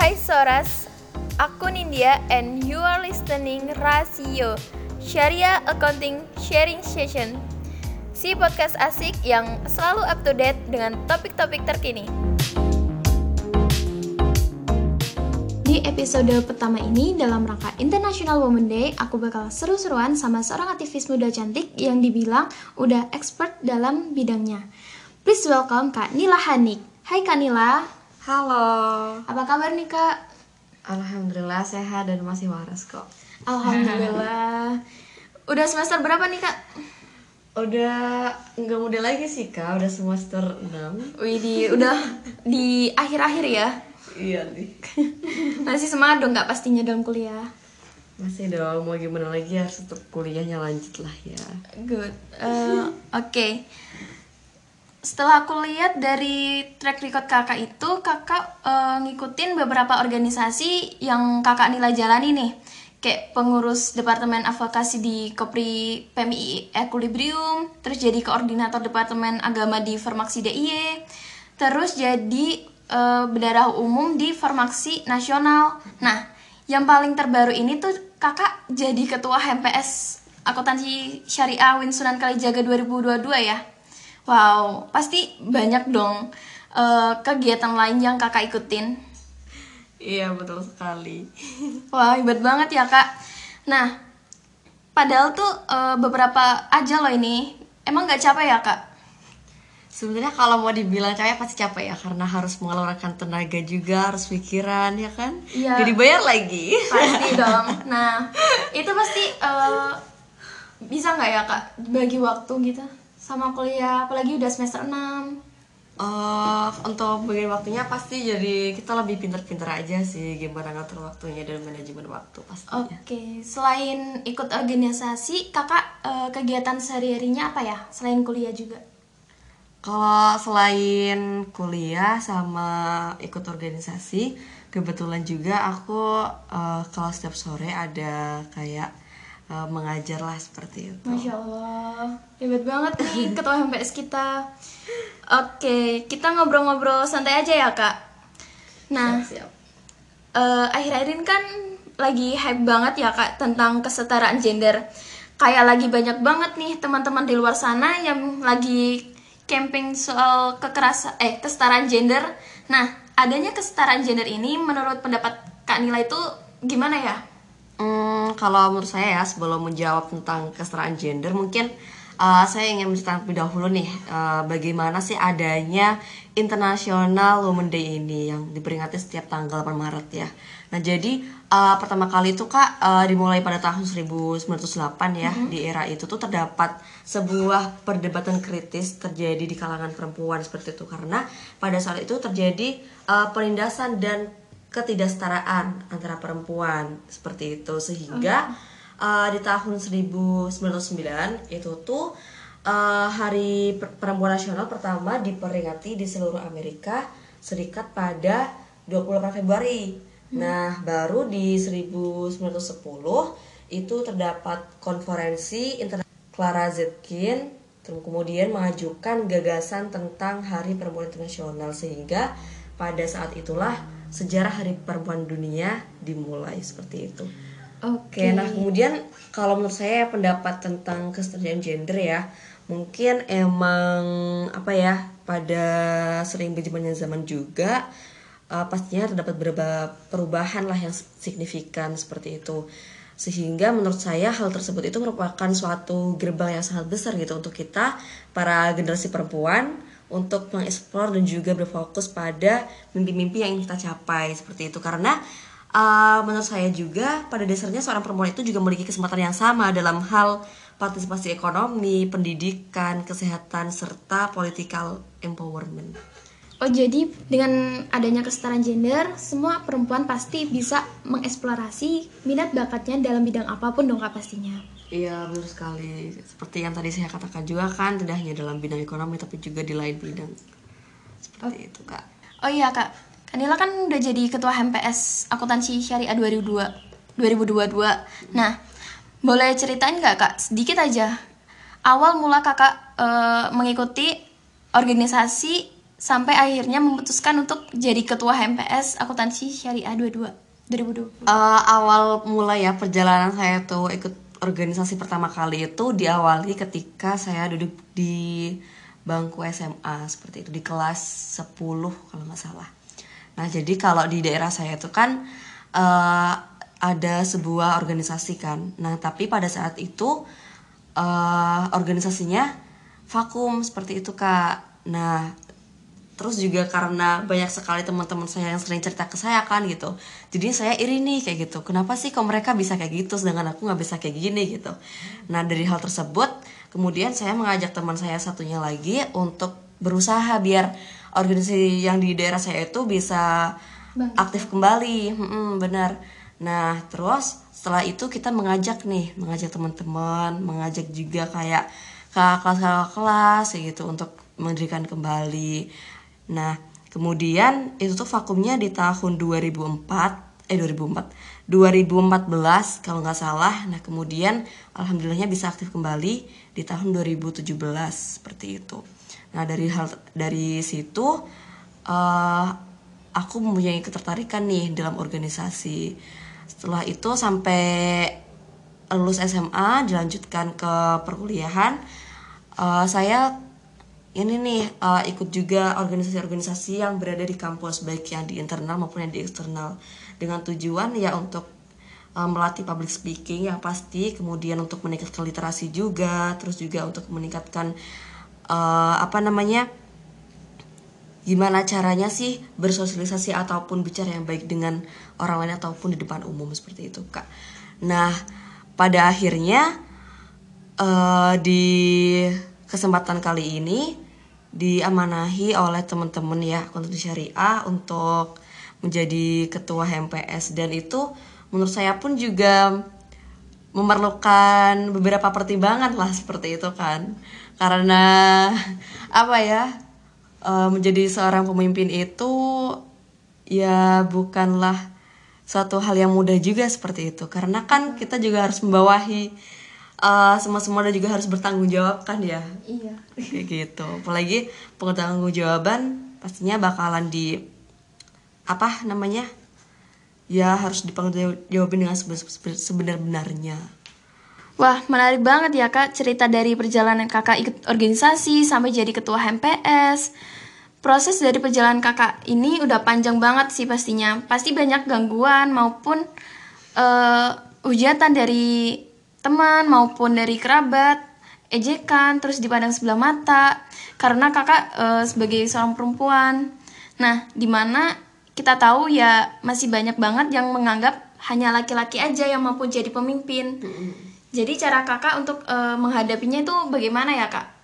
Hai Soras, aku Nindya and you are listening Rasio Sharia Accounting Sharing Session, si podcast asik yang selalu up to date dengan topik-topik terkini. Di episode pertama ini dalam rangka International Women Day, aku bakal seru-seruan sama seorang aktivis muda cantik yang dibilang udah expert dalam bidangnya. Please welcome Kak Nila Hanik. Hai Kak Nila. Halo. Apa kabar nih Kak? Alhamdulillah sehat dan masih waras kok. Alhamdulillah. Udah semester berapa nih Kak? Udah nggak muda lagi sih Kak, udah semester 6. Widih, udah di akhir-akhir ya? Iya nih. Masih semangat dong Kak pastinya dalam kuliah? Masih dong, mau gimana lagi, harus tetap kuliahnya lanjut lah ya. Good. Oke. Setelah aku lihat dari track record kakak itu, kakak ngikutin beberapa organisasi yang kakak Nila jalani nih. Kayak pengurus Departemen Advokasi di Kopri PMI Equilibrium, terus jadi koordinator Departemen Agama di Formaksi DIY, terus jadi Bendahara Umum di Formaksi Nasional. Nah, yang paling terbaru ini tuh kakak jadi ketua HMPS Akuntansi Syariah Win Sunan Kalijaga 2022 ya. Wow, pasti banyak dong kegiatan lain yang kakak ikutin. Iya betul sekali. Wah, hebat banget ya kak. Nah, padahal tuh beberapa aja loh ini. Emang gak capek ya kak? Sebenarnya kalau mau dibilang capek pasti capek ya, karena harus mengeluarkan tenaga juga, harus pikiran ya kan. Iya. Jadi bayar lagi. Pasti dong. Nah, itu pasti bisa nggak ya kak bagi waktu gitu sama kuliah, apalagi udah semester 6. Untuk bagian waktunya pasti jadi kita lebih pintar-pintar aja sih gimana ngatur waktunya dan manajemen waktu pastinya. Oke, selain ikut organisasi, kakak kegiatan sehari-harinya apa ya selain kuliah juga? Kalau selain kuliah sama ikut organisasi, kebetulan juga aku kalau setiap sore ada kayak mengajar lah seperti itu. Masya Allah, hebat banget nih ketua HMPS kita. Oke, kita ngobrol-ngobrol santai aja ya kak. Nah, Siap. akhir-akhir ini kan lagi hype banget ya kak tentang kesetaraan gender. Kayak lagi banyak banget nih teman-teman di luar sana yang lagi camping soal kesetaraan gender. Nah, adanya kesetaraan gender ini menurut pendapat Kak Nila itu gimana ya? Kalau menurut saya ya, sebelum menjawab tentang kesetaraan gender, mungkin saya ingin menceritakan terlebih dahulu nih bagaimana sih adanya International Women Day ini yang diperingati setiap tanggal 8 Maret ya. Nah jadi pertama kali itu Kak dimulai pada tahun 1908 ya. Di era itu tuh terdapat sebuah perdebatan kritis terjadi di kalangan perempuan seperti itu, karena pada saat itu terjadi penindasan dan ketidaksetaraan antara perempuan seperti itu, sehingga di tahun 1909 itu tuh Hari Perempuan Nasional pertama diperingati di seluruh Amerika Serikat pada 28 Februari. Nah, baru di 1910 itu terdapat konferensi internasional. Clara Zetkin kemudian mengajukan gagasan tentang Hari Perempuan Internasional, sehingga pada saat itulah sejarah Hari Perempuan Dunia dimulai seperti itu. Oke, nah kemudian kalau menurut saya pendapat tentang kesetaraan gender ya, mungkin emang pada sering berjalannya zaman juga pastinya terdapat beberapa perubahan lah yang signifikan seperti itu, sehingga menurut saya hal tersebut itu merupakan suatu gerbang yang sangat besar gitu untuk kita para generasi perempuan untuk mengeksplor dan juga berfokus pada mimpi-mimpi yang ingin kita capai seperti itu. Karena menurut saya juga pada dasarnya seorang perempuan itu juga memiliki kesempatan yang sama dalam hal partisipasi ekonomi, pendidikan, kesehatan, serta political empowerment. Oh jadi dengan adanya kesetaraan gender, semua perempuan pasti bisa mengeksplorasi minat bakatnya dalam bidang apapun dong kak pastinya. Iya benar sekali, seperti yang tadi saya katakan juga kan, tidak hanya dalam bidang ekonomi tapi juga di lain bidang seperti itu kak. Oh iya kak, Kanila kan udah jadi ketua HMPS Akuntansi Syariah 2022. Nah, boleh ceritain nggak kak sedikit aja awal mula kakak mengikuti organisasi sampai akhirnya memutuskan untuk jadi ketua HMPS Akuntansi Syariah 2020? Awal mulai ya perjalanan saya tuh ikut organisasi pertama kali itu diawali ketika saya duduk di bangku SMA seperti itu, di kelas 10 kalau nggak salah. Nah jadi kalau di daerah saya itu kan ada sebuah organisasi kan. Nah tapi pada saat itu organisasinya vakum seperti itu Kak. Nah terus juga karena banyak sekali teman-teman saya yang sering cerita ke saya kan gitu, jadi saya iri nih kayak gitu, kenapa sih kok mereka bisa kayak gitu sedangkan aku nggak bisa kayak gini gitu. Nah dari hal tersebut kemudian saya mengajak teman saya satunya lagi untuk berusaha biar organisasi yang di daerah saya itu bisa aktif kembali. Benar. Nah terus setelah itu kita mengajak teman-teman, mengajak juga kayak kakak kelas kayak gitu untuk mendirikan kembali. Nah, kemudian itu tuh vakumnya di tahun 2014 kalau nggak salah. Nah, kemudian alhamdulillahnya bisa aktif kembali di tahun 2017 seperti itu. Nah, dari situ aku mempunyai ketertarikan nih dalam organisasi. Setelah itu sampai lulus SMA dilanjutkan ke perkuliahan, saya ini nih ikut juga organisasi-organisasi yang berada di kampus, baik yang di internal maupun yang di eksternal, dengan tujuan ya untuk melatih public speaking yang pasti, kemudian untuk meningkatkan literasi juga, terus juga untuk meningkatkan gimana caranya sih bersosialisasi ataupun bicara yang baik dengan orang lain ataupun di depan umum seperti itu Kak. Nah pada akhirnya di kesempatan kali ini diamanahi oleh teman-teman ya akuntansi syariah untuk menjadi ketua HMPS, dan itu menurut saya pun juga memerlukan beberapa pertimbangan lah seperti itu kan, karena menjadi seorang pemimpin itu ya bukanlah suatu hal yang mudah juga seperti itu, karena kan kita juga harus membawahi semua dan juga harus bertanggung jawab kan ya. Iya. Kayak gitu. Apalagi pengetahuan jawaban pastinya bakalan ya harus dipertanggungjawabin dengan sebenar-benarnya. Wah, menarik banget ya Kak, cerita dari perjalanan Kakak ikut organisasi sampai jadi ketua HMPS. Proses dari perjalanan Kakak ini udah panjang banget sih pastinya. Pasti banyak gangguan maupun hujatan dari teman maupun dari kerabat, ejekan, terus dipandang sebelah mata karena Kakak sebagai seorang perempuan. Nah, dimana kita tahu ya masih banyak banget yang menganggap hanya laki-laki aja yang mampu jadi pemimpin. Jadi cara Kakak untuk menghadapinya itu bagaimana ya Kak?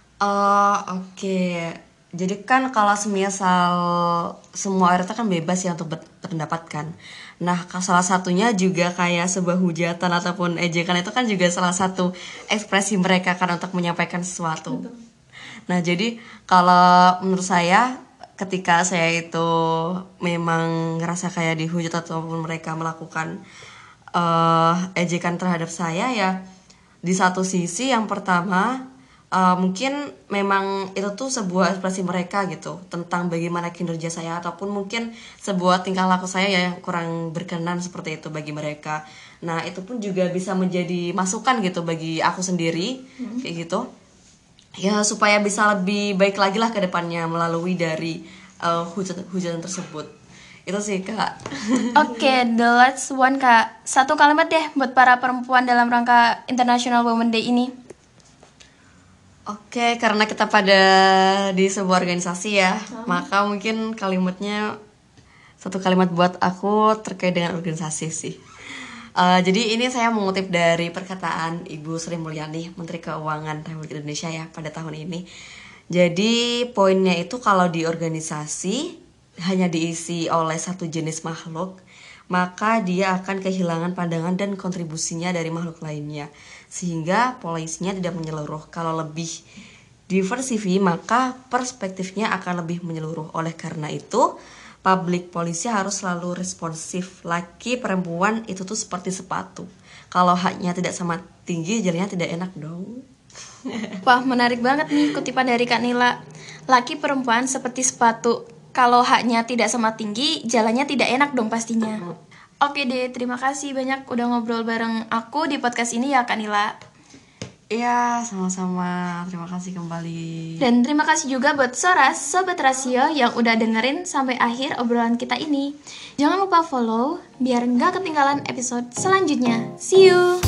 Oke. Jadi kan kalau semisal semua orang itu kan bebas ya untuk berpendapat kan. Nah salah satunya juga kayak sebuah hujatan ataupun ejekan itu kan juga salah satu ekspresi mereka kan untuk menyampaikan sesuatu. Betul. Nah jadi kalau menurut saya ketika saya itu memang ngerasa kayak dihujat ataupun mereka melakukan ejekan terhadap saya ya, di satu sisi yang pertama mungkin memang itu tuh sebuah ekspresi mereka gitu tentang bagaimana kinerja saya ataupun mungkin sebuah tingkah laku saya yang kurang berkenan seperti itu bagi mereka. Nah itu pun juga bisa menjadi masukan gitu bagi aku sendiri kayak gitu ya, supaya bisa lebih baik lagi lah ke depannya melalui dari hujatan tersebut. Itu sih Kak. Oke, the last one Kak. Satu kalimat deh buat para perempuan dalam rangka International Women's Day ini. Oke, karena kita pada di sebuah organisasi ya, maka mungkin kalimatnya satu kalimat buat aku terkait dengan organisasi sih. Jadi ini saya mengutip dari perkataan Ibu Sri Mulyani, Menteri Keuangan Republik Indonesia ya pada tahun ini. Jadi poinnya itu kalau di organisasi hanya diisi oleh satu jenis makhluk, maka dia akan kehilangan pandangan dan kontribusinya dari makhluk lainnya, sehingga polisinya tidak menyeluruh. Kalau lebih diversifi, maka perspektifnya akan lebih menyeluruh. Oleh karena itu, public policy harus selalu responsif. Laki perempuan itu tuh seperti sepatu, kalau haknya tidak sama tinggi, jalannya tidak enak dong. Wah, menarik banget nih kutipan dari Kak Nila. Laki perempuan seperti sepatu. Kalau haknya tidak sama tinggi, jalannya tidak enak dong pastinya. Oke deh, terima kasih banyak udah ngobrol bareng aku di podcast ini ya Kak Nila. Iya, sama-sama. Terima kasih kembali. Dan terima kasih juga buat Soras, Sobat Rasio yang udah dengerin sampai akhir obrolan kita ini. Jangan lupa follow biar nggak ketinggalan episode selanjutnya. See you!